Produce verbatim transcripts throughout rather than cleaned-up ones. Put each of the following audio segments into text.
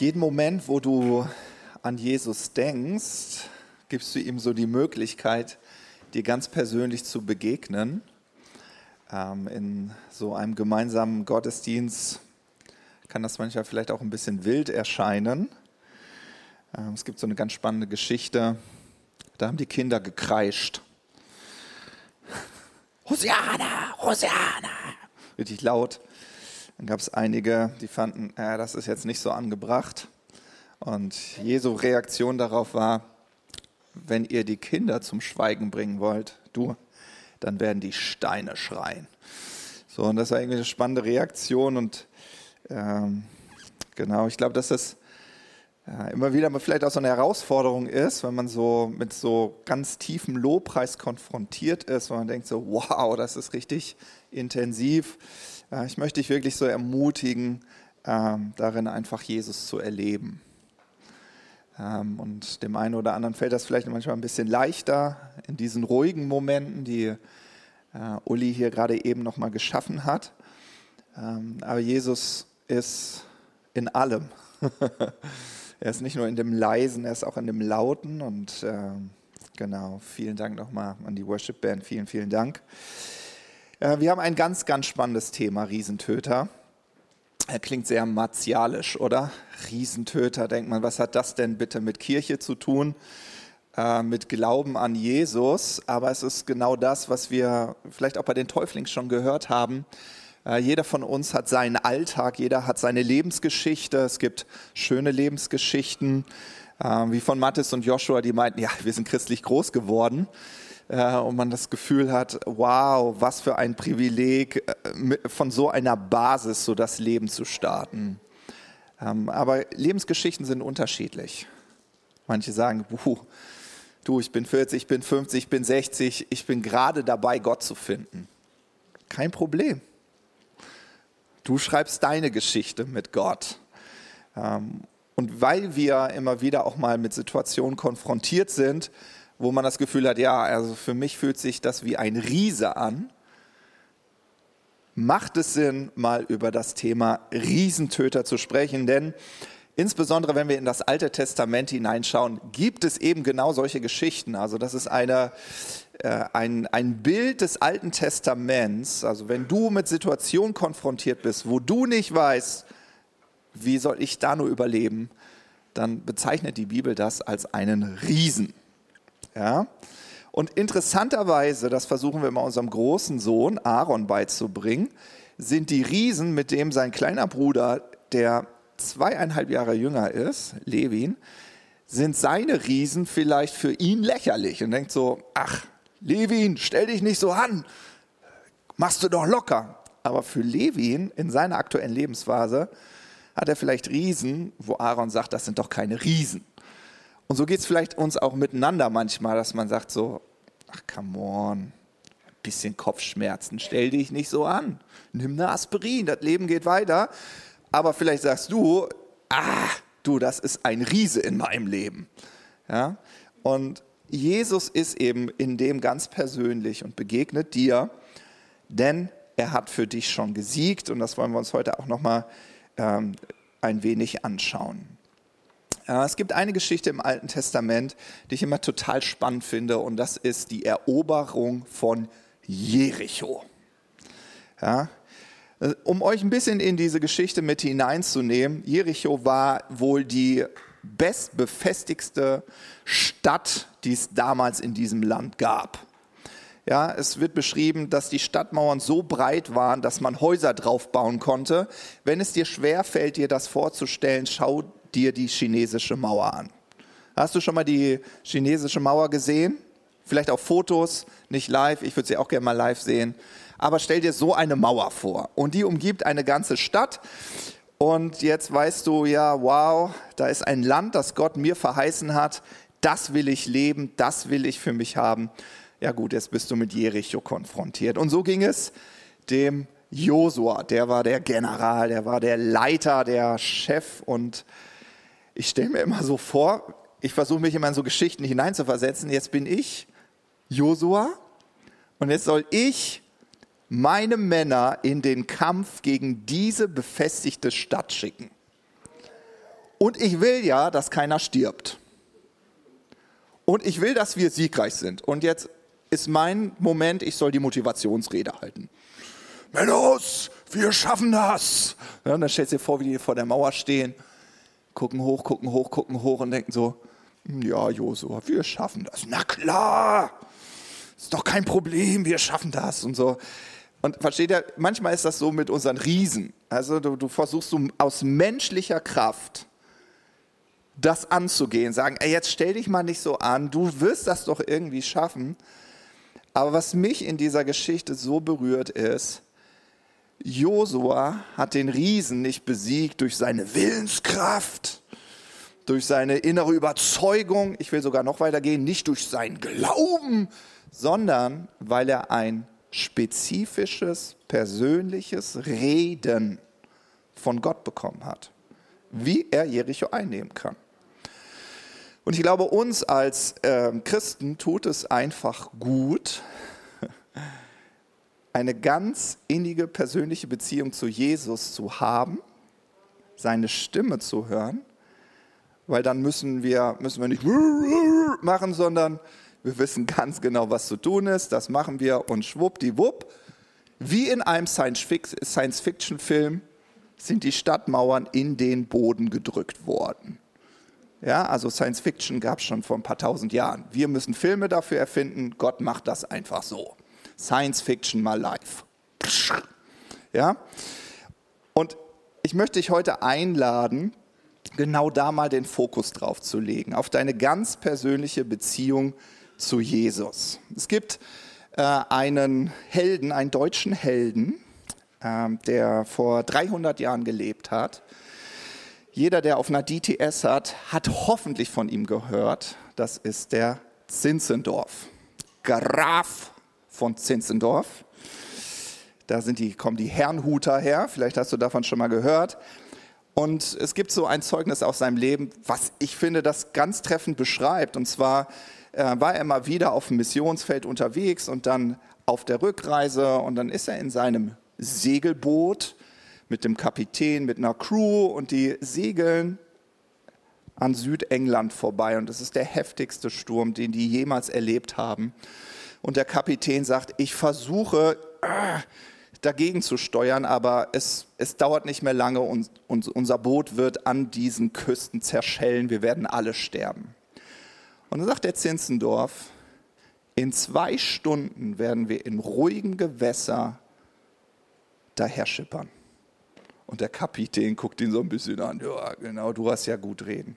Jeden Moment, wo du an Jesus denkst, gibst du ihm so die Möglichkeit, dir ganz persönlich zu begegnen. Ähm, in so einem gemeinsamen Gottesdienst kann das manchmal vielleicht auch ein bisschen wild erscheinen. Ähm, es gibt so eine ganz spannende Geschichte, da haben die Kinder gekreischt. Hosiana, Hosiana, richtig laut. Dann gab es einige, die fanden, äh, das ist jetzt nicht so angebracht. Und Jesu Reaktion darauf war, wenn ihr die Kinder zum Schweigen bringen wollt, du, dann werden die Steine schreien. So, und das war irgendwie eine spannende Reaktion. Und ähm, genau, ich glaube, dass das äh, immer wieder vielleicht auch so eine Herausforderung ist, wenn man so mit so ganz tiefem Lobpreis konfrontiert ist, wo man denkt so, wow, das ist richtig intensiv. Äh, ich möchte dich wirklich so ermutigen, äh, darin einfach Jesus zu erleben. Und dem einen oder anderen fällt das vielleicht manchmal ein bisschen leichter in diesen ruhigen Momenten, die äh, Uli hier gerade eben nochmal geschaffen hat. Ähm, aber Jesus ist in allem. Er ist nicht nur in dem Leisen, er ist auch in dem Lauten. Und äh, genau, vielen Dank nochmal an die Worship Band. Vielen, vielen Dank. Äh, wir haben ein ganz, ganz spannendes Thema, Riesentöter. Er klingt sehr martialisch, oder? Riesentöter, denkt man, was hat das denn bitte mit Kirche zu tun, äh, mit Glauben an Jesus? Aber es ist genau das, was wir vielleicht auch bei den Täuflings schon gehört haben. Äh, jeder von uns hat seinen Alltag, jeder hat seine Lebensgeschichte. Es gibt schöne Lebensgeschichten, äh, wie von Mathis und Joshua, die meinten, ja, wir sind christlich groß geworden. Und man das Gefühl hat, wow, was für ein Privileg, von so einer Basis so das Leben zu starten. Aber Lebensgeschichten sind unterschiedlich. Manche sagen, du, ich bin vierzig, ich bin fünfzig, ich bin sechzig, ich bin gerade dabei, Gott zu finden. Kein Problem. Du schreibst deine Geschichte mit Gott. Und weil wir immer wieder auch mal mit Situationen konfrontiert sind, wo man das Gefühl hat, ja, also für mich fühlt sich das wie ein Riese an, macht es Sinn, mal über das Thema Riesentöter zu sprechen. Denn insbesondere, wenn wir in das Alte Testament hineinschauen, gibt es eben genau solche Geschichten. Also das ist eine, äh, ein, ein Bild des Alten Testaments. Also wenn du mit Situationen konfrontiert bist, wo du nicht weißt, wie soll ich da nur überleben, dann bezeichnet die Bibel das als einen Riesen. Ja? Und interessanterweise, das versuchen wir mal unserem großen Sohn Aaron beizubringen, sind die Riesen, mit dem sein kleiner Bruder, der zweieinhalb Jahre jünger ist, Levin, sind seine Riesen vielleicht für ihn lächerlich und denkt so, ach, Levin, stell dich nicht so an, machst du doch locker. Aber für Levin in seiner aktuellen Lebensphase hat er vielleicht Riesen, wo Aaron sagt, das sind doch keine Riesen. Und so geht es vielleicht uns auch miteinander manchmal, dass man sagt so, ach come on, ein bisschen Kopfschmerzen, stell dich nicht so an, nimm eine Aspirin, das Leben geht weiter. Aber vielleicht sagst du, ah, du, das ist ein Riese in meinem Leben. Ja? Und Jesus ist eben in dem ganz persönlich und begegnet dir, denn er hat für dich schon gesiegt und das wollen wir uns heute auch nochmal ähm, ein wenig anschauen. Es gibt eine Geschichte im Alten Testament, die ich immer total spannend finde, und das ist die Eroberung von Jericho. Ja, um euch ein bisschen in diese Geschichte mit hineinzunehmen, Jericho war wohl die bestbefestigste Stadt, die es damals in diesem Land gab. Ja, es wird beschrieben, dass die Stadtmauern so breit waren, dass man Häuser drauf bauen konnte. Wenn es dir schwerfällt, dir das vorzustellen, schau dir die chinesische Mauer an. Hast du schon mal die chinesische Mauer gesehen? Vielleicht auf Fotos, nicht live. Ich würde sie auch gerne mal live sehen. Aber stell dir so eine Mauer vor. Und die umgibt eine ganze Stadt. Und jetzt weißt du, ja, wow, da ist ein Land, das Gott mir verheißen hat. Das will ich leben, das will ich für mich haben. Ja gut, jetzt bist du mit Jericho konfrontiert. Und so ging es dem Josua. Der war der General, der war der Leiter, der Chef. Und ich stelle mir immer so vor, ich versuche mich immer in so Geschichten hineinzuversetzen. Jetzt bin ich Josua und jetzt soll ich meine Männer in den Kampf gegen diese befestigte Stadt schicken. Und ich will ja, dass keiner stirbt. Und ich will, dass wir siegreich sind. Und jetzt ist mein Moment, ich soll die Motivationsrede halten. Männers, wir schaffen das. Ja, und dann stellst du dir vor, wie die vor der Mauer stehen, gucken hoch, gucken hoch, gucken hoch und denken so, ja, Josua, wir schaffen das. Na klar, ist doch kein Problem, wir schaffen das und so. Und versteht ihr, manchmal ist das so mit unseren Riesen. Also du, du versuchst so aus menschlicher Kraft das anzugehen, sagen, ey, jetzt stell dich mal nicht so an, du wirst das doch irgendwie schaffen. Aber was mich in dieser Geschichte so berührt ist, Josua hat den Riesen nicht besiegt durch seine Willenskraft, durch seine innere Überzeugung, ich will sogar noch weitergehen, nicht durch seinen Glauben, sondern weil er ein spezifisches, persönliches Reden von Gott bekommen hat, wie er Jericho einnehmen kann. Und ich glaube, uns als äh, Christen tut es einfach gut, eine ganz innige persönliche Beziehung zu Jesus zu haben, seine Stimme zu hören, weil dann müssen wir, müssen wir nicht machen, sondern wir wissen ganz genau, was zu tun ist, das machen wir und schwuppdiwupp, wie in einem Science-Fiction-Film sind die Stadtmauern in den Boden gedrückt worden. Ja, also Science-Fiction gab es schon vor ein paar tausend Jahren. Wir müssen Filme dafür erfinden, Gott macht das einfach so. Science-Fiction mal live. Ja? Und ich möchte dich heute einladen, genau da mal den Fokus drauf zu legen, auf deine ganz persönliche Beziehung zu Jesus. Es gibt äh, einen Helden, einen deutschen Helden, äh, der vor dreihundert Jahren gelebt hat. Jeder, der auf einer D T S hat, hat hoffentlich von ihm gehört. Das ist der Zinzendorf. Graf von Zinzendorf. Da sind die, kommen die Herrnhuter her. Vielleicht hast du davon schon mal gehört. Und es gibt so ein Zeugnis aus seinem Leben, was ich finde, das ganz treffend beschreibt. Und zwar äh, war er mal wieder auf dem Missionsfeld unterwegs und dann auf der Rückreise. Und dann ist er in seinem Segelboot mit dem Kapitän, mit einer Crew und die segeln an Südengland vorbei. Und das ist der heftigste Sturm, den die jemals erlebt haben. Und der Kapitän sagt, ich versuche äh, dagegen zu steuern, aber es, es dauert nicht mehr lange und, und unser Boot wird an diesen Küsten zerschellen. Wir werden alle sterben. Und dann sagt der Zinzendorf, in zwei Stunden werden wir in ruhigem Gewässer daher schippern. Und der Kapitän guckt ihn so ein bisschen an. Ja, genau, du hast ja gut reden.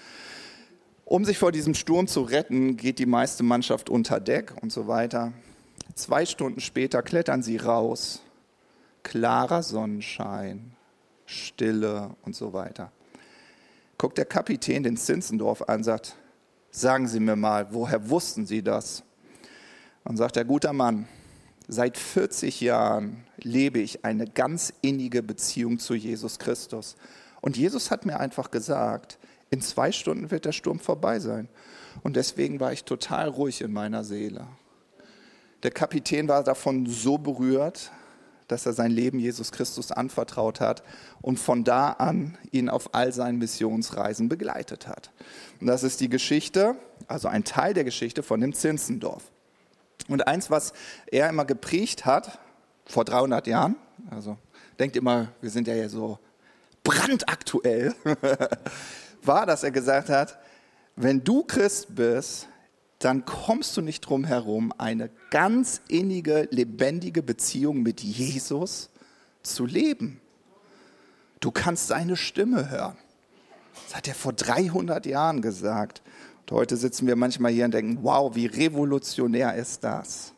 Um sich vor diesem Sturm zu retten, geht die meiste Mannschaft unter Deck und so weiter. Zwei Stunden später klettern sie raus. Klarer Sonnenschein, Stille und so weiter. Guckt der Kapitän den Zinzendorf an und sagt, sagen Sie mir mal, woher wussten Sie das? Und sagt der guter Mann, seit vierzig Jahren lebe ich eine ganz innige Beziehung zu Jesus Christus. Und Jesus hat mir einfach gesagt, in zwei Stunden wird der Sturm vorbei sein. Und deswegen war ich total ruhig in meiner Seele. Der Kapitän war davon so berührt, dass er sein Leben Jesus Christus anvertraut hat und von da an ihn auf all seinen Missionsreisen begleitet hat. Und das ist die Geschichte, also ein Teil der Geschichte von dem Zinzendorf. Und eins, was er immer gepredigt hat, vor dreihundert Jahren, also denkt immer, wir sind ja hier so brandaktuell, war, dass er gesagt hat, wenn du Christ bist, dann kommst du nicht drum herum, eine ganz innige, lebendige Beziehung mit Jesus zu leben. Du kannst seine Stimme hören. Das hat er vor dreihundert Jahren gesagt. Und heute sitzen wir manchmal hier und denken, wow, wie revolutionär ist das?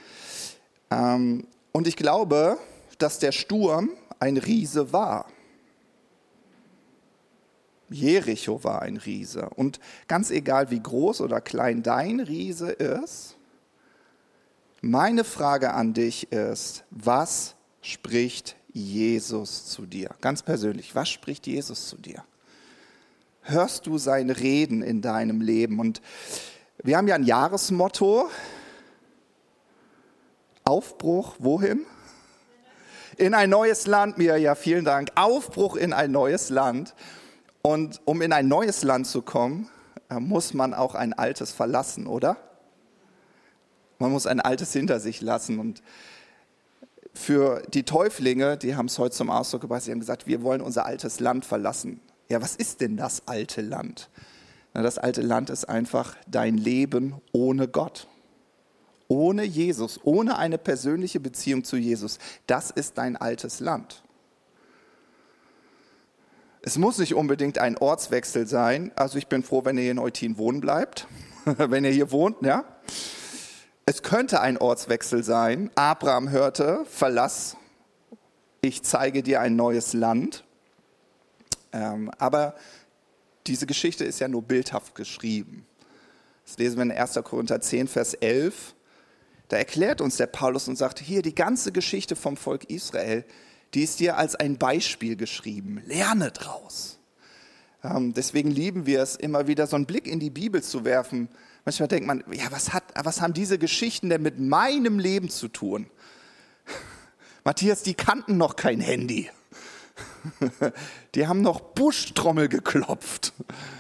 Ähm, und ich glaube, dass der Sturm ein Riese war. Jericho war ein Riese. Und ganz egal, wie groß oder klein dein Riese ist, meine Frage an dich ist, was spricht Jesus zu dir? Ganz persönlich, was spricht Jesus zu dir? Hörst du sein Reden in deinem Leben? Und wir haben ja ein Jahresmotto. Aufbruch, wohin? In ein neues Land, Mirja, vielen Dank. Aufbruch in ein neues Land. Und um in ein neues Land zu kommen, muss man auch ein altes verlassen, oder? Man muss ein altes hinter sich lassen. Und für die Täuflinge, die haben es heute zum Ausdruck gebracht, sie haben gesagt, wir wollen unser altes Land verlassen. Ja, was ist denn das alte Land? Na, das alte Land ist einfach dein Leben ohne Gott. Ohne Jesus, ohne eine persönliche Beziehung zu Jesus. Das ist dein altes Land. Es muss nicht unbedingt ein Ortswechsel sein. Also ich bin froh, wenn ihr hier in Eutin wohnen bleibt, wenn ihr hier wohnt. Ja? Es könnte ein Ortswechsel sein. Abraham hörte, verlass, ich zeige dir ein neues Land. Ähm, aber diese Geschichte ist ja nur bildhaft geschrieben. Das lesen wir in erster Korinther zehn, Vers elf. Da erklärt uns der Paulus und sagt, hier die ganze Geschichte vom Volk Israel, die ist dir als ein Beispiel geschrieben. Lerne draus. Ähm, deswegen lieben wir es, immer wieder so einen Blick in die Bibel zu werfen. Manchmal denkt man, ja, was, hat, was haben diese Geschichten denn mit meinem Leben zu tun? Matthias, die kannten noch kein Handy. Die haben noch Buschtrommel geklopft.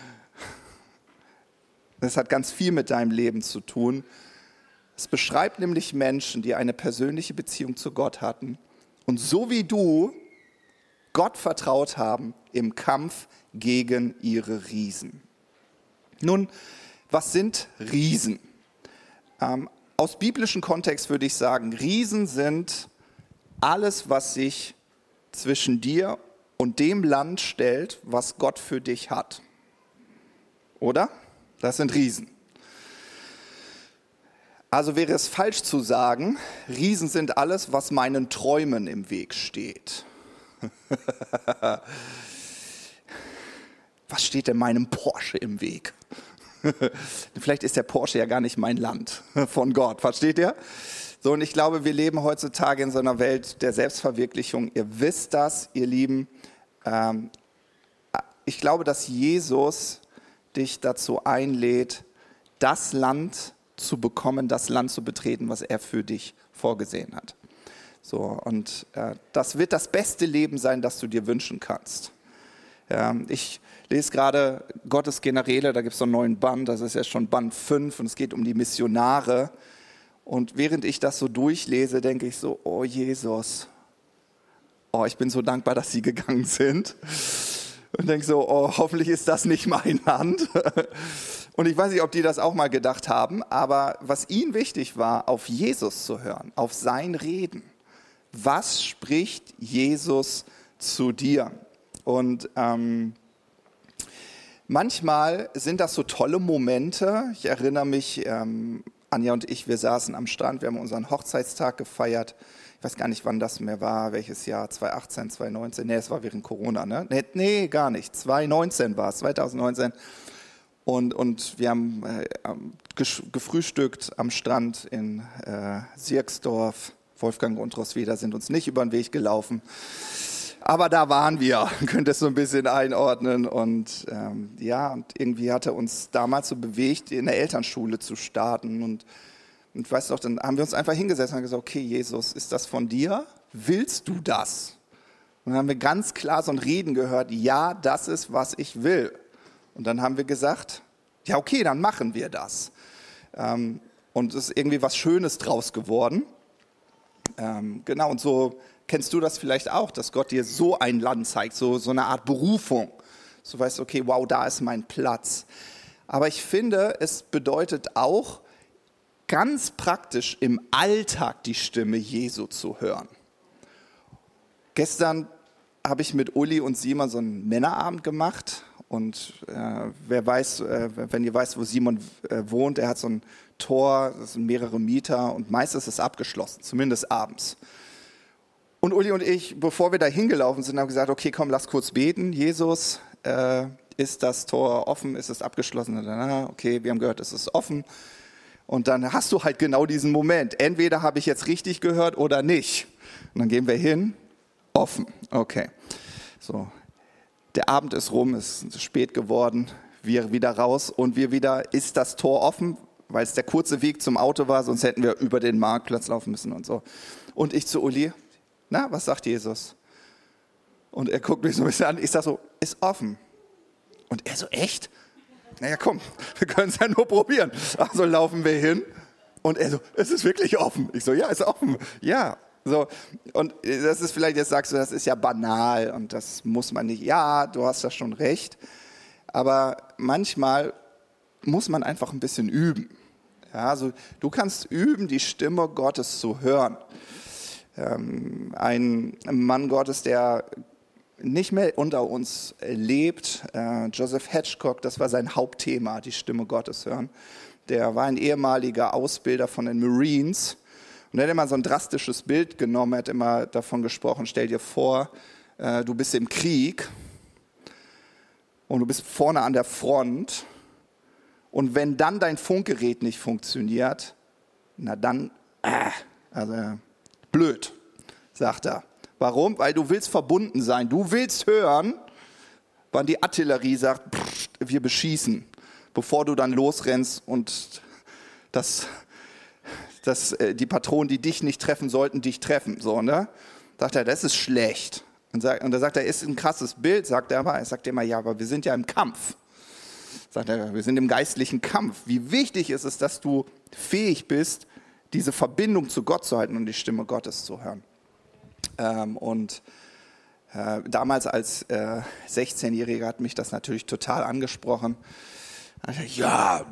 Das hat ganz viel mit deinem Leben zu tun. Es beschreibt nämlich Menschen, die eine persönliche Beziehung zu Gott hatten und so wie du Gott vertraut haben im Kampf gegen ihre Riesen. Nun, was sind Riesen? Ähm, aus biblischem Kontext würde ich sagen, Riesen sind alles, was sich zwischen dir und dem Land stellt, was Gott für dich hat. Oder? Das sind Riesen. Also wäre es falsch zu sagen, Riesen sind alles, was meinen Träumen im Weg steht. Was steht denn meinem Porsche im Weg? Vielleicht ist der Porsche ja gar nicht mein Land von Gott, versteht ihr? So, und ich glaube, wir leben heutzutage in so einer Welt der Selbstverwirklichung. Ihr wisst das, ihr Lieben. Ähm, ich glaube, dass Jesus dich dazu einlädt, das Land zu bekommen, das Land zu betreten, was er für dich vorgesehen hat. So, und äh, das wird das beste Leben sein, das du dir wünschen kannst. Ähm, ich lese gerade Gottes Generäle, da gibt es so einen neuen Band, das ist ja schon Band fünf und es geht um die Missionare. Und während ich das so durchlese, denke ich so, oh Jesus, oh, ich bin so dankbar, dass sie gegangen sind. Und denke so, oh, hoffentlich ist das nicht mein Land. Und ich weiß nicht, ob die das auch mal gedacht haben, aber was ihnen wichtig war, auf Jesus zu hören, auf sein Reden. Was spricht Jesus zu dir? Und ähm, manchmal sind das so tolle Momente. Ich erinnere mich, ähm, Anja und ich, wir saßen am Strand, wir haben unseren Hochzeitstag gefeiert. Ich weiß gar nicht, wann das mehr war, welches Jahr, zwanzig achtzehn, zwanzig neunzehn, nee, es war während Corona, ne? Nee, nee gar nicht, zwanzig neunzehn war es, zwanzig neunzehn. Und, und wir haben äh, gefrühstückt am Strand in äh, Sierksdorf. Wolfgang und Roswitha sind uns nicht über den Weg gelaufen. Aber da waren wir, könnt ihr es so ein bisschen einordnen. Und ähm, ja, und irgendwie hat er uns damals so bewegt, in der Elternschule zu starten. Und, und weißt du, dann haben wir uns einfach hingesetzt und haben gesagt, okay, Jesus, ist das von dir? Willst du das? Und dann haben wir ganz klar so ein Reden gehört, ja, das ist, was ich will. Und dann haben wir gesagt, ja, okay, dann machen wir das. Ähm, und es ist irgendwie was Schönes draus geworden. Ähm, genau, und so kennst du das vielleicht auch, dass Gott dir so ein Land zeigt, so, so eine Art Berufung. So weißt du, okay, wow, da ist mein Platz. Aber ich finde, es bedeutet auch, ganz praktisch im Alltag die Stimme Jesu zu hören. Gestern habe ich mit Uli und Simon so einen Männerabend gemacht. Und äh, wer weiß, äh, wenn ihr weißt, wo Simon äh, wohnt, er hat so ein Tor, das sind mehrere Mieter und meistens ist es abgeschlossen, zumindest abends. Und Uli und ich, bevor wir da hingelaufen sind, haben gesagt, okay, komm, lass kurz beten. Jesus, äh, ist das Tor offen, ist es abgeschlossen? Und dann, okay, wir haben gehört, es ist offen. Und dann hast du halt genau diesen Moment. Entweder habe ich jetzt richtig gehört oder nicht. Und dann gehen wir hin, offen, okay. So. Der Abend ist rum, es ist spät geworden, wir wieder raus und wir wieder, ist das Tor offen, weil es der kurze Weg zum Auto war, sonst hätten wir über den Marktplatz laufen müssen und so. Und ich zu Uli, na, was sagt Jesus? Und er guckt mich so ein bisschen an, ich sage so, ist offen. Und er so, echt? Naja, komm, wir können es ja nur probieren. Also laufen wir hin und er so, es ist wirklich offen. Ich so, ja, ist offen. Ja, so. Und das ist vielleicht, jetzt sagst du, das ist ja banal und das muss man nicht. Ja, du hast da schon recht. Aber manchmal muss man einfach ein bisschen üben. Ja, also du kannst üben, die Stimme Gottes zu hören. Ähm, ein Mann Gottes, der nicht mehr unter uns lebt, äh, Joseph Hitchcock, das war sein Hauptthema, die Stimme Gottes hören. Der war ein ehemaliger Ausbilder von den Marines und er hat immer so ein drastisches Bild genommen, er hat immer davon gesprochen, stell dir vor, äh, du bist im Krieg und du bist vorne an der Front und wenn dann dein Funkgerät nicht funktioniert, na dann, äh, also blöd, sagt er. Warum? Weil du willst verbunden sein. Du willst hören, wann die Artillerie sagt, pff, wir beschießen, bevor du dann losrennst und das, das, die Patronen, die dich nicht treffen sollten, dich treffen. So, ne? Sagt er, das ist schlecht. Und, sagt, und da sagt er, ist ein krasses Bild, sagt er aber. Er sagt immer, ja, aber wir sind ja im Kampf. Sagt er, wir sind im geistlichen Kampf. Wie wichtig ist es, dass du fähig bist, diese Verbindung zu Gott zu halten und die Stimme Gottes zu hören. Ähm, und äh, damals als äh, sechzehnjähriger hat mich das natürlich total angesprochen. Ich, ja,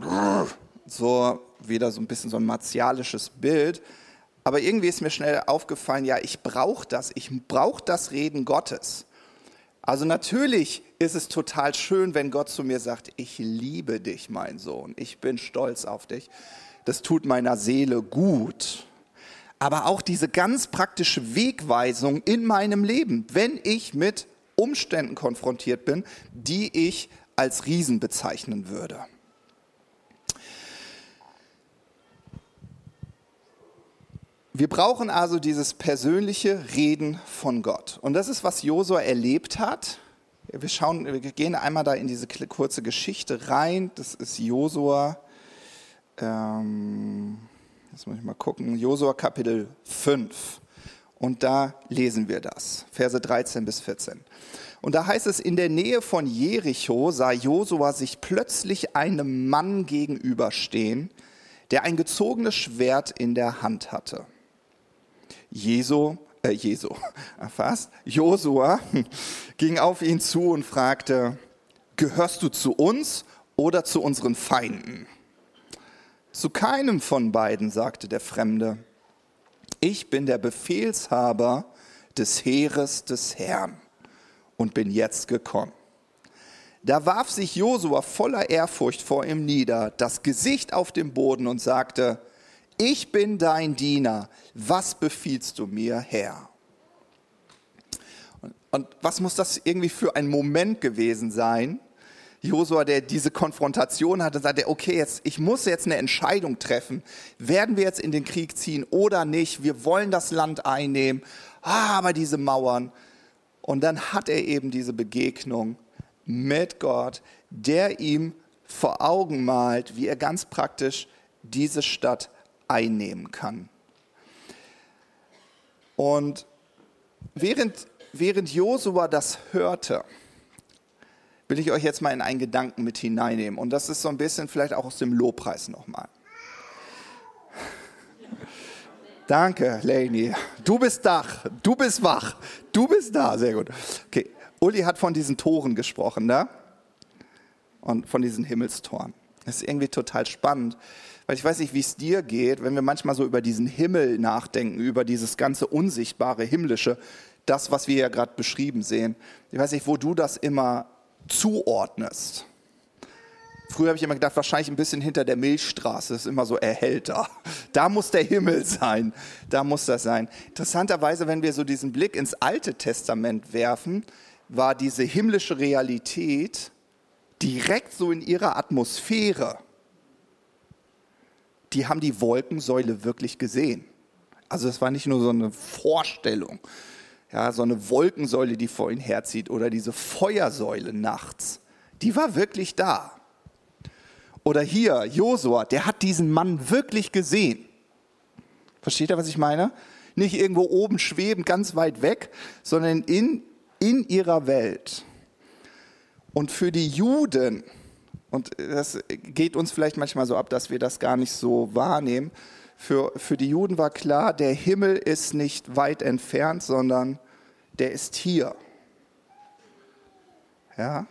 so wieder so ein bisschen so ein martialisches Bild. Aber irgendwie ist mir schnell aufgefallen, ja, ich brauche das. Ich brauche das Reden Gottes. Also natürlich ist es total schön, wenn Gott zu mir sagt, ich liebe dich, mein Sohn. Ich bin stolz auf dich. Das tut meiner Seele gut. Aber auch diese ganz praktische Wegweisung in meinem Leben, wenn ich mit Umständen konfrontiert bin, die ich als Riesen bezeichnen würde. Wir brauchen also dieses persönliche Reden von Gott. Und das ist, was Josua erlebt hat. Wir schauen, wir gehen einmal da in diese kurze Geschichte rein. Das ist Josua. Ähm, Jetzt muss ich mal gucken, Josua Kapitel fünf und da lesen wir das, Verse dreizehn bis vierzehn. Und da heißt es, in der Nähe von Jericho sah Josua sich plötzlich einem Mann gegenüberstehen, der ein gezogenes Schwert in der Hand hatte. Jesu, äh, Jesu, fast, Josua ging auf ihn zu und fragte, gehörst du zu uns oder zu unseren Feinden? Zu keinem von beiden, sagte der Fremde. Ich bin der Befehlshaber des Heeres des Herrn und bin jetzt gekommen. Da warf sich Josua voller Ehrfurcht vor ihm nieder, das Gesicht auf dem Boden und sagte, ich bin dein Diener, was befiehlst du mir, Herr? Und, und was muss das irgendwie für ein Moment gewesen sein? Josua, der diese Konfrontation hatte, sagte, okay, jetzt, ich muss jetzt eine Entscheidung treffen. Werden wir jetzt in den Krieg ziehen oder nicht? Wir wollen das Land einnehmen, ah, aber diese Mauern. Und dann hat er eben diese Begegnung mit Gott, der ihm vor Augen malt, wie er ganz praktisch diese Stadt einnehmen kann. Und während, während Josua das hörte, will ich euch jetzt mal in einen Gedanken mit hineinnehmen. Und das ist so ein bisschen vielleicht auch aus dem Lobpreis nochmal. Danke, Lainey. Du bist da, du bist wach, du bist da. Sehr gut. Okay, Uli hat von diesen Toren gesprochen, ne? Und von diesen Himmelstoren. Das ist irgendwie total spannend, weil ich weiß nicht, wie es dir geht, wenn wir manchmal so über diesen Himmel nachdenken, über dieses ganze unsichtbare, himmlische, das, was wir ja gerade beschrieben sehen. Ich weiß nicht, wo du das immer zuordnest. Früher habe ich immer gedacht, wahrscheinlich ein bisschen hinter der Milchstraße, ist immer so erhellter. Da muss der Himmel sein, da muss das sein. Interessanterweise, wenn wir so diesen Blick ins Alte Testament werfen, war diese himmlische Realität direkt so in ihrer Atmosphäre. Die haben die Wolkensäule wirklich gesehen. Also es war nicht nur so eine Vorstellung, ja, so eine Wolkensäule, die vor ihnen herzieht oder diese Feuersäule nachts, die war wirklich da. Oder hier, Josua, der hat diesen Mann wirklich gesehen. Versteht ihr, was ich meine? Nicht irgendwo oben schweben, ganz weit weg, sondern in, in ihrer Welt. Und für die Juden, und das geht uns vielleicht manchmal so ab, dass wir das gar nicht so wahrnehmen, für, für die Juden war klar, der Himmel ist nicht weit entfernt, sondern der ist hier. Ja.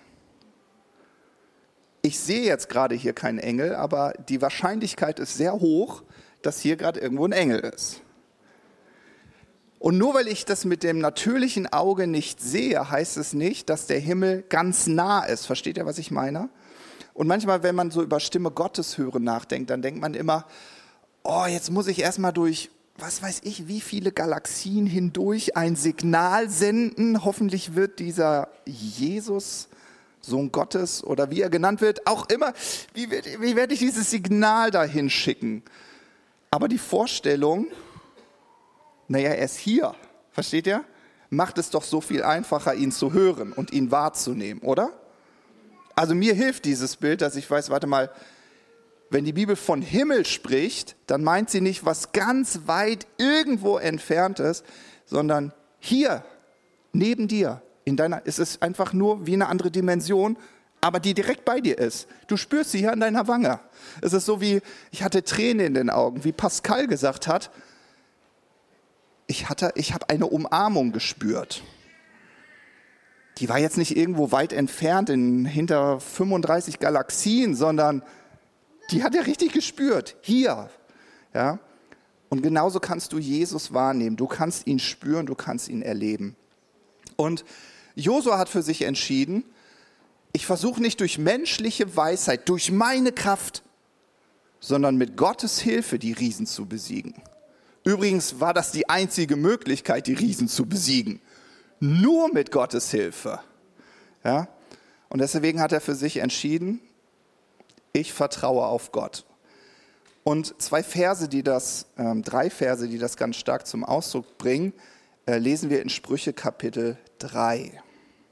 Ich sehe jetzt gerade hier keinen Engel, aber die Wahrscheinlichkeit ist sehr hoch, dass hier gerade irgendwo ein Engel ist. Und nur weil ich das mit dem natürlichen Auge nicht sehe, heißt es nicht, dass der Himmel ganz nah ist. Versteht ihr, was ich meine? Und manchmal, wenn man so über Stimme Gottes hören nachdenkt, dann denkt man immer, oh, jetzt muss ich erstmal durch, was weiß ich, wie viele Galaxien hindurch ein Signal senden. Hoffentlich wird dieser Jesus, Sohn Gottes oder wie er genannt wird, auch immer, wie, wie werde ich dieses Signal dahin schicken? Aber die Vorstellung, naja, er ist hier, versteht ihr? Macht es doch so viel einfacher, ihn zu hören und ihn wahrzunehmen, oder? Also mir hilft dieses Bild, dass ich weiß, warte mal, wenn die Bibel von Himmel spricht, dann meint sie nicht was ganz weit irgendwo entfernt ist, sondern hier, neben dir, in deiner, es ist einfach nur wie eine andere Dimension, aber die direkt bei dir ist. Du spürst sie hier an deiner Wange. Es ist so wie, ich hatte Tränen in den Augen, wie Pascal gesagt hat, ich hatte, ich habe eine Umarmung gespürt. Die war jetzt nicht irgendwo weit entfernt, in, hinter fünfunddreißig Galaxien, sondern die hat er richtig gespürt, hier. Ja? Und genauso kannst du Jesus wahrnehmen, du kannst ihn spüren, du kannst ihn erleben. Und Josua hat für sich entschieden, ich versuche nicht durch menschliche Weisheit, durch meine Kraft, sondern mit Gottes Hilfe die Riesen zu besiegen. Übrigens war das die einzige Möglichkeit, die Riesen zu besiegen. Nur mit Gottes Hilfe. Ja? Und deswegen hat er für sich entschieden, ich vertraue auf Gott. Und zwei Verse, die das, ähm, drei Verse, die das ganz stark zum Ausdruck bringen, äh, lesen wir in Sprüche Kapitel drei.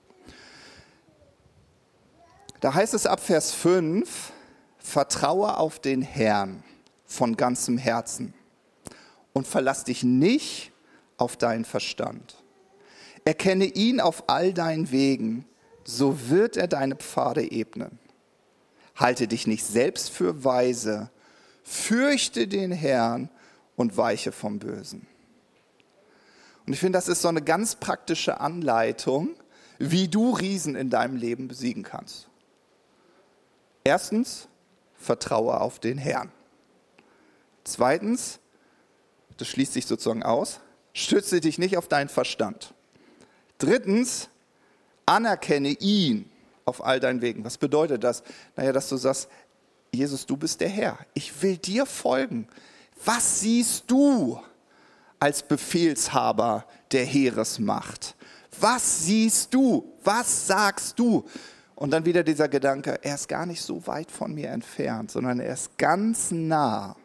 Da heißt es ab Vers fünf, vertraue auf den Herrn von ganzem Herzen und verlass dich nicht auf deinen Verstand. Erkenne ihn auf all deinen Wegen, so wird er deine Pfade ebnen. Halte dich nicht selbst für weise, fürchte den Herrn und weiche vom Bösen. Und ich finde, das ist so eine ganz praktische Anleitung, wie du Riesen in deinem Leben besiegen kannst. Erstens, vertraue auf den Herrn. Zweitens, das schließt sich sozusagen aus, stütze dich nicht auf deinen Verstand. Drittens, anerkenne ihn auf all deinen Wegen. Was bedeutet das? Naja, dass du sagst, Jesus, du bist der Herr. Ich will dir folgen. Was siehst du als Befehlshaber der Heeresmacht? Was siehst du? Was sagst du? Und dann wieder dieser Gedanke, er ist gar nicht so weit von mir entfernt, sondern er ist ganz nah.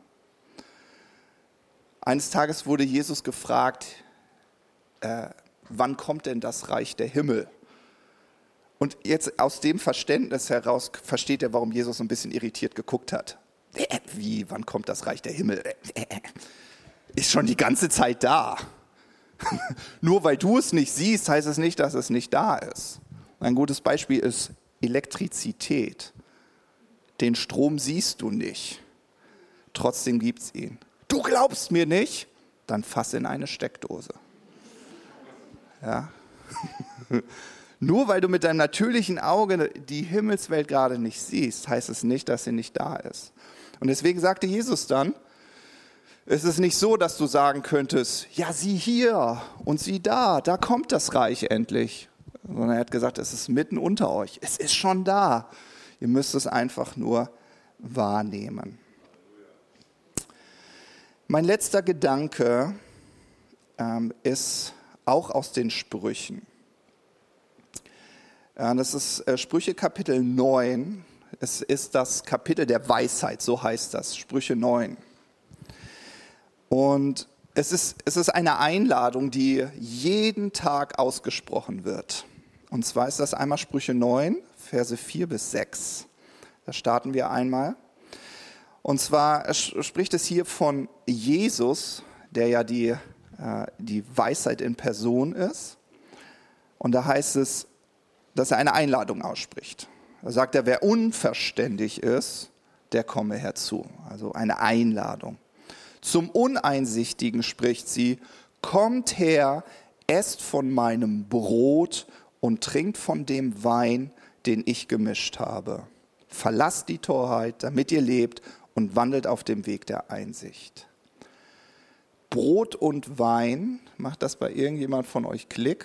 Eines Tages wurde Jesus gefragt, äh, wann kommt denn das Reich der Himmel? Und jetzt aus dem Verständnis heraus versteht er, warum Jesus so ein bisschen irritiert geguckt hat. Äh, wie, wann kommt das Reich der Himmel? Äh, äh, ist schon die ganze Zeit da. Nur weil du es nicht siehst, heißt es nicht, dass es nicht da ist. Ein gutes Beispiel ist Elektrizität. Den Strom siehst du nicht. Trotzdem gibt es ihn. Du glaubst mir nicht? Dann fass in eine Steckdose. Ja. Nur weil du mit deinem natürlichen Auge die Himmelswelt gerade nicht siehst, heißt es nicht, dass sie nicht da ist. Und deswegen sagte Jesus dann, es ist nicht so, dass du sagen könntest, ja, sieh hier und sieh da, da kommt das Reich endlich. Sondern er hat gesagt, es ist mitten unter euch, es ist schon da. Ihr müsst es einfach nur wahrnehmen. Mein letzter Gedanke ähm, ist auch aus den Sprüchen. Ja, das ist äh, Sprüche Kapitel neun. Es ist das Kapitel der Weisheit, so heißt das, Sprüche neun. Und es ist, es ist eine Einladung, die jeden Tag ausgesprochen wird. Und zwar ist das einmal Sprüche neun, Verse vier bis sechs. Da starten wir einmal. Und zwar spricht es hier von Jesus, der ja die, äh, die Weisheit in Person ist. Und da heißt es, dass er eine Einladung ausspricht. Da sagt er, wer unverständig ist, der komme herzu. Also eine Einladung. Zum Uneinsichtigen spricht sie, kommt her, esst von meinem Brot und trinkt von dem Wein, den ich gemischt habe. Verlasst die Torheit, damit ihr lebt und wandelt auf dem Weg der Einsicht. Brot und Wein, macht das bei irgendjemand von euch Klick?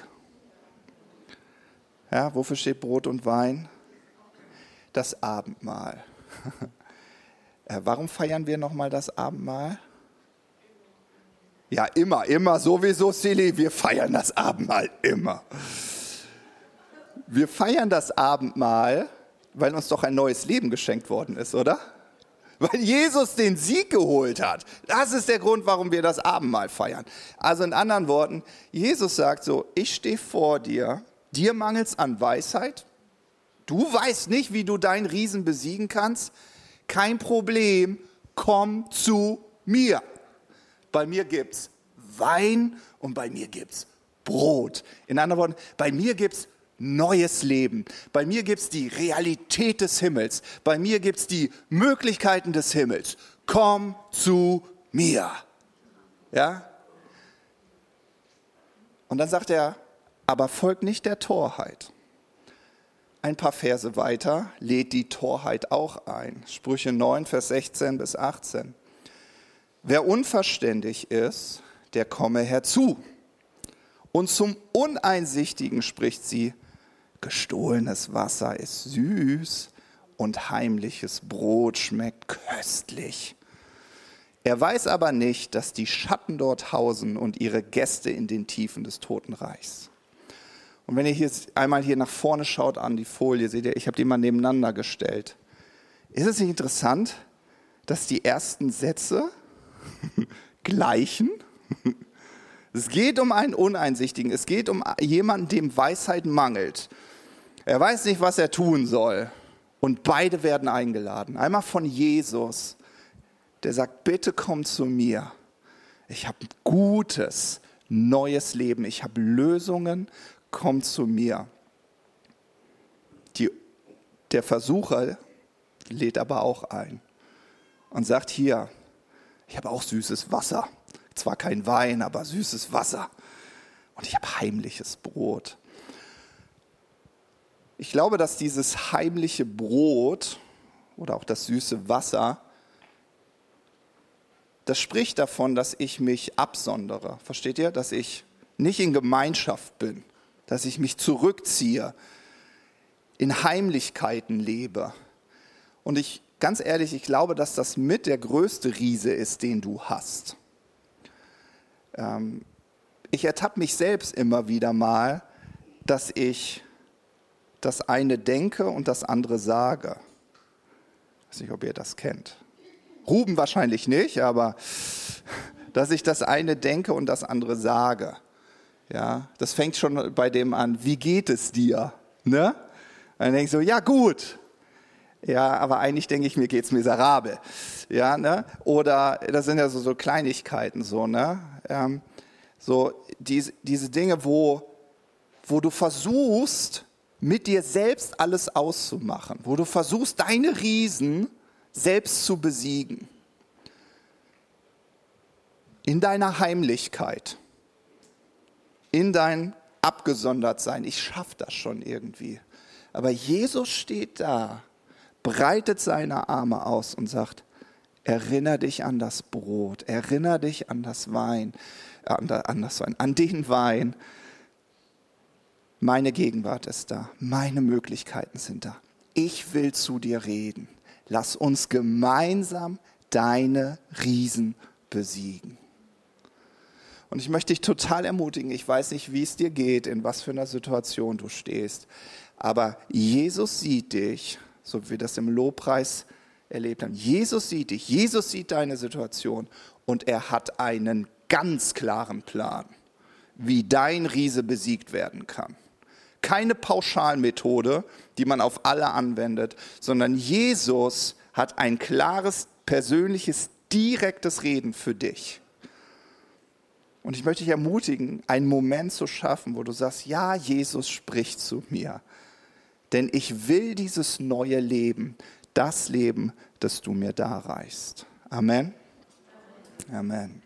Ja, wofür steht Brot und Wein? Das Abendmahl. Warum feiern wir nochmal das Abendmahl? Ja, immer, immer sowieso, Silly, wir feiern das Abendmahl immer. Wir feiern das Abendmahl, weil uns doch ein neues Leben geschenkt worden ist, oder? Weil Jesus den Sieg geholt hat. Das ist der Grund, warum wir das Abendmahl feiern. Also in anderen Worten, Jesus sagt so, ich stehe vor dir, dir mangelt's an Weisheit. Du weißt nicht, wie du deinen Riesen besiegen kannst. Kein Problem, komm zu mir. Bei mir gibt's Wein und bei mir gibt's Brot. In anderen Worten, bei mir gibt's neues Leben. Bei mir gibt's die Realität des Himmels. Bei mir gibt's die Möglichkeiten des Himmels. Komm zu mir. Ja? Und dann sagt er, aber folgt nicht der Torheit. Ein paar Verse weiter lädt die Torheit auch ein. Sprüche neun, Vers sechzehn bis achtzehn. Wer unverständig ist, der komme herzu. Und zum Uneinsichtigen spricht sie, gestohlenes Wasser ist süß und heimliches Brot schmeckt köstlich. Er weiß aber nicht, dass die Schatten dort hausen und ihre Gäste in den Tiefen des Totenreichs. Und wenn ihr hier einmal hier nach vorne schaut an die Folie, seht ihr, ich habe die mal nebeneinander gestellt. Ist es nicht interessant, dass die ersten Sätze gleichen? Es geht um einen Uneinsichtigen, es geht um jemanden, dem Weisheit mangelt. Er weiß nicht, was er tun soll. Und beide werden eingeladen. Einmal von Jesus, der sagt, bitte komm zu mir. Ich habe ein gutes, neues Leben. Ich habe Lösungen. Komm zu mir. Die, der Versucher lädt aber auch ein und sagt, hier, ich habe auch süßes Wasser. Zwar kein Wein, aber süßes Wasser. Und ich habe heimliches Brot. Ich glaube, dass dieses heimliche Brot oder auch das süße Wasser, das spricht davon, dass ich mich absondere. Versteht ihr? Dass ich nicht in Gemeinschaft bin. Dass ich mich zurückziehe, in Heimlichkeiten lebe. Und ich, ganz ehrlich, ich glaube, dass das mit der größte Riese ist, den du hast. Ähm, ich ertappe mich selbst immer wieder mal, dass ich das eine denke und das andere sage. Ich weiß nicht, ob ihr das kennt. Ruben wahrscheinlich nicht, aber dass ich das eine denke und das andere sage. Ja, das fängt schon bei dem an, wie geht es dir? Ne? Dann denke ich so, ja gut. Ja, aber eigentlich denke ich, mir geht's miserabel. Ja, ne? Oder das sind ja so, so Kleinigkeiten, so, ne? Ähm, so diese, diese Dinge, wo, wo du versuchst, mit dir selbst alles auszumachen, wo du versuchst, deine Riesen selbst zu besiegen. In deiner Heimlichkeit. In dein Abgesondertsein. Ich schaffe das schon irgendwie. Aber Jesus steht da, breitet seine Arme aus und sagt, erinnere dich an das Brot, erinnere dich an das Wein, an das Wein, an den Wein. Meine Gegenwart ist da, meine Möglichkeiten sind da. Ich will zu dir reden. Lass uns gemeinsam deine Riesen besiegen. Und ich möchte dich total ermutigen, ich weiß nicht, wie es dir geht, in was für einer Situation du stehst, aber Jesus sieht dich, so wie wir das im Lobpreis erlebt haben. Jesus sieht dich, Jesus sieht deine Situation und er hat einen ganz klaren Plan, wie dein Riese besiegt werden kann. Keine Pauschalmethode, die man auf alle anwendet, sondern Jesus hat ein klares, persönliches, direktes Reden für dich. Und ich möchte dich ermutigen, einen Moment zu schaffen, wo du sagst, ja, Jesus spricht zu mir. Denn ich will dieses neue Leben, das Leben, das du mir darreichst. Amen. Amen.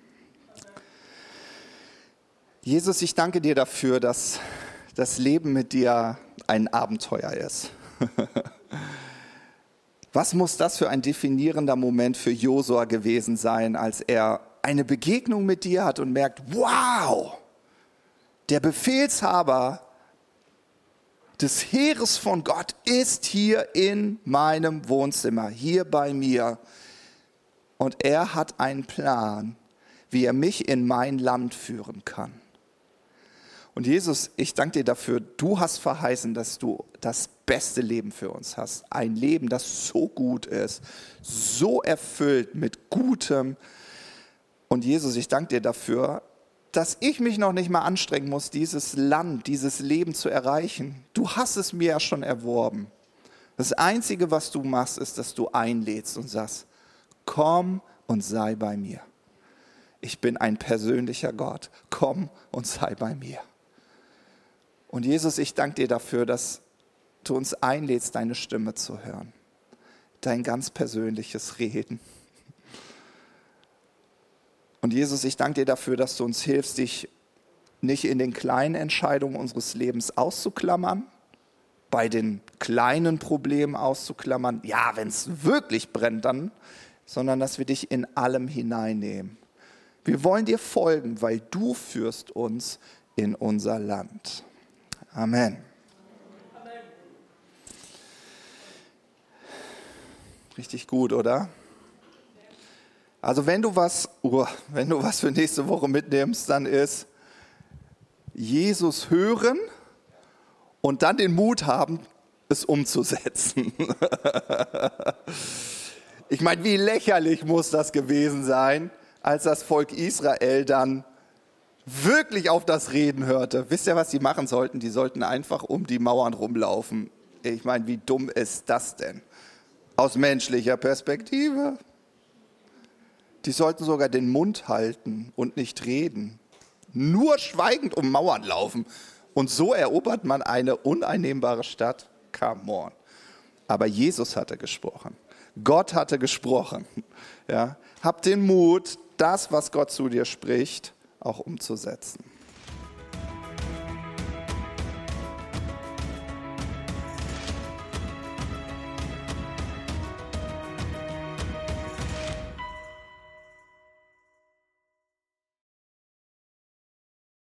Jesus, ich danke dir dafür, dass das Leben mit dir ein Abenteuer ist. Was muss das für ein definierender Moment für Josua gewesen sein, als er eine Begegnung mit dir hat und merkt, wow, der Befehlshaber des Heeres von Gott ist hier in meinem Wohnzimmer, hier bei mir. Und er hat einen Plan, wie er mich in mein Land führen kann. Und Jesus, ich danke dir dafür, du hast verheißen, dass du das beste Leben für uns hast. Ein Leben, das so gut ist, so erfüllt mit Gutem. Und Jesus, ich danke dir dafür, dass ich mich noch nicht mal anstrengen muss, dieses Land, dieses Leben zu erreichen. Du hast es mir ja schon erworben. Das Einzige, was du machst, ist, dass du einlädst und sagst, komm und sei bei mir. Ich bin ein persönlicher Gott. Komm und sei bei mir. Und Jesus, ich danke dir dafür, dass du uns einlädst, deine Stimme zu hören. Dein ganz persönliches Reden. Und Jesus, ich danke dir dafür, dass du uns hilfst, dich nicht in den kleinen Entscheidungen unseres Lebens auszuklammern, bei den kleinen Problemen auszuklammern, ja, wenn es wirklich brennt, dann, sondern dass wir dich in allem hineinnehmen. Wir wollen dir folgen, weil du führst uns in unser Land. Amen. Amen. Richtig gut, oder? Also wenn du was, oh, wenn du was für nächste Woche mitnimmst, dann ist Jesus hören und dann den Mut haben, es umzusetzen. Ich meine, wie lächerlich muss das gewesen sein, als das Volk Israel dann wirklich auf das Reden hörte. Wisst ihr, was sie machen sollten? Die sollten einfach um die Mauern rumlaufen. Ich meine, wie dumm ist das denn? Aus menschlicher Perspektive. Die sollten sogar den Mund halten und nicht reden. Nur schweigend um Mauern laufen. Und so erobert man eine uneinnehmbare Stadt. Come on. Aber Jesus hatte gesprochen. Gott hatte gesprochen. Ja. Hab den Mut, das, was Gott zu dir spricht, auch umzusetzen.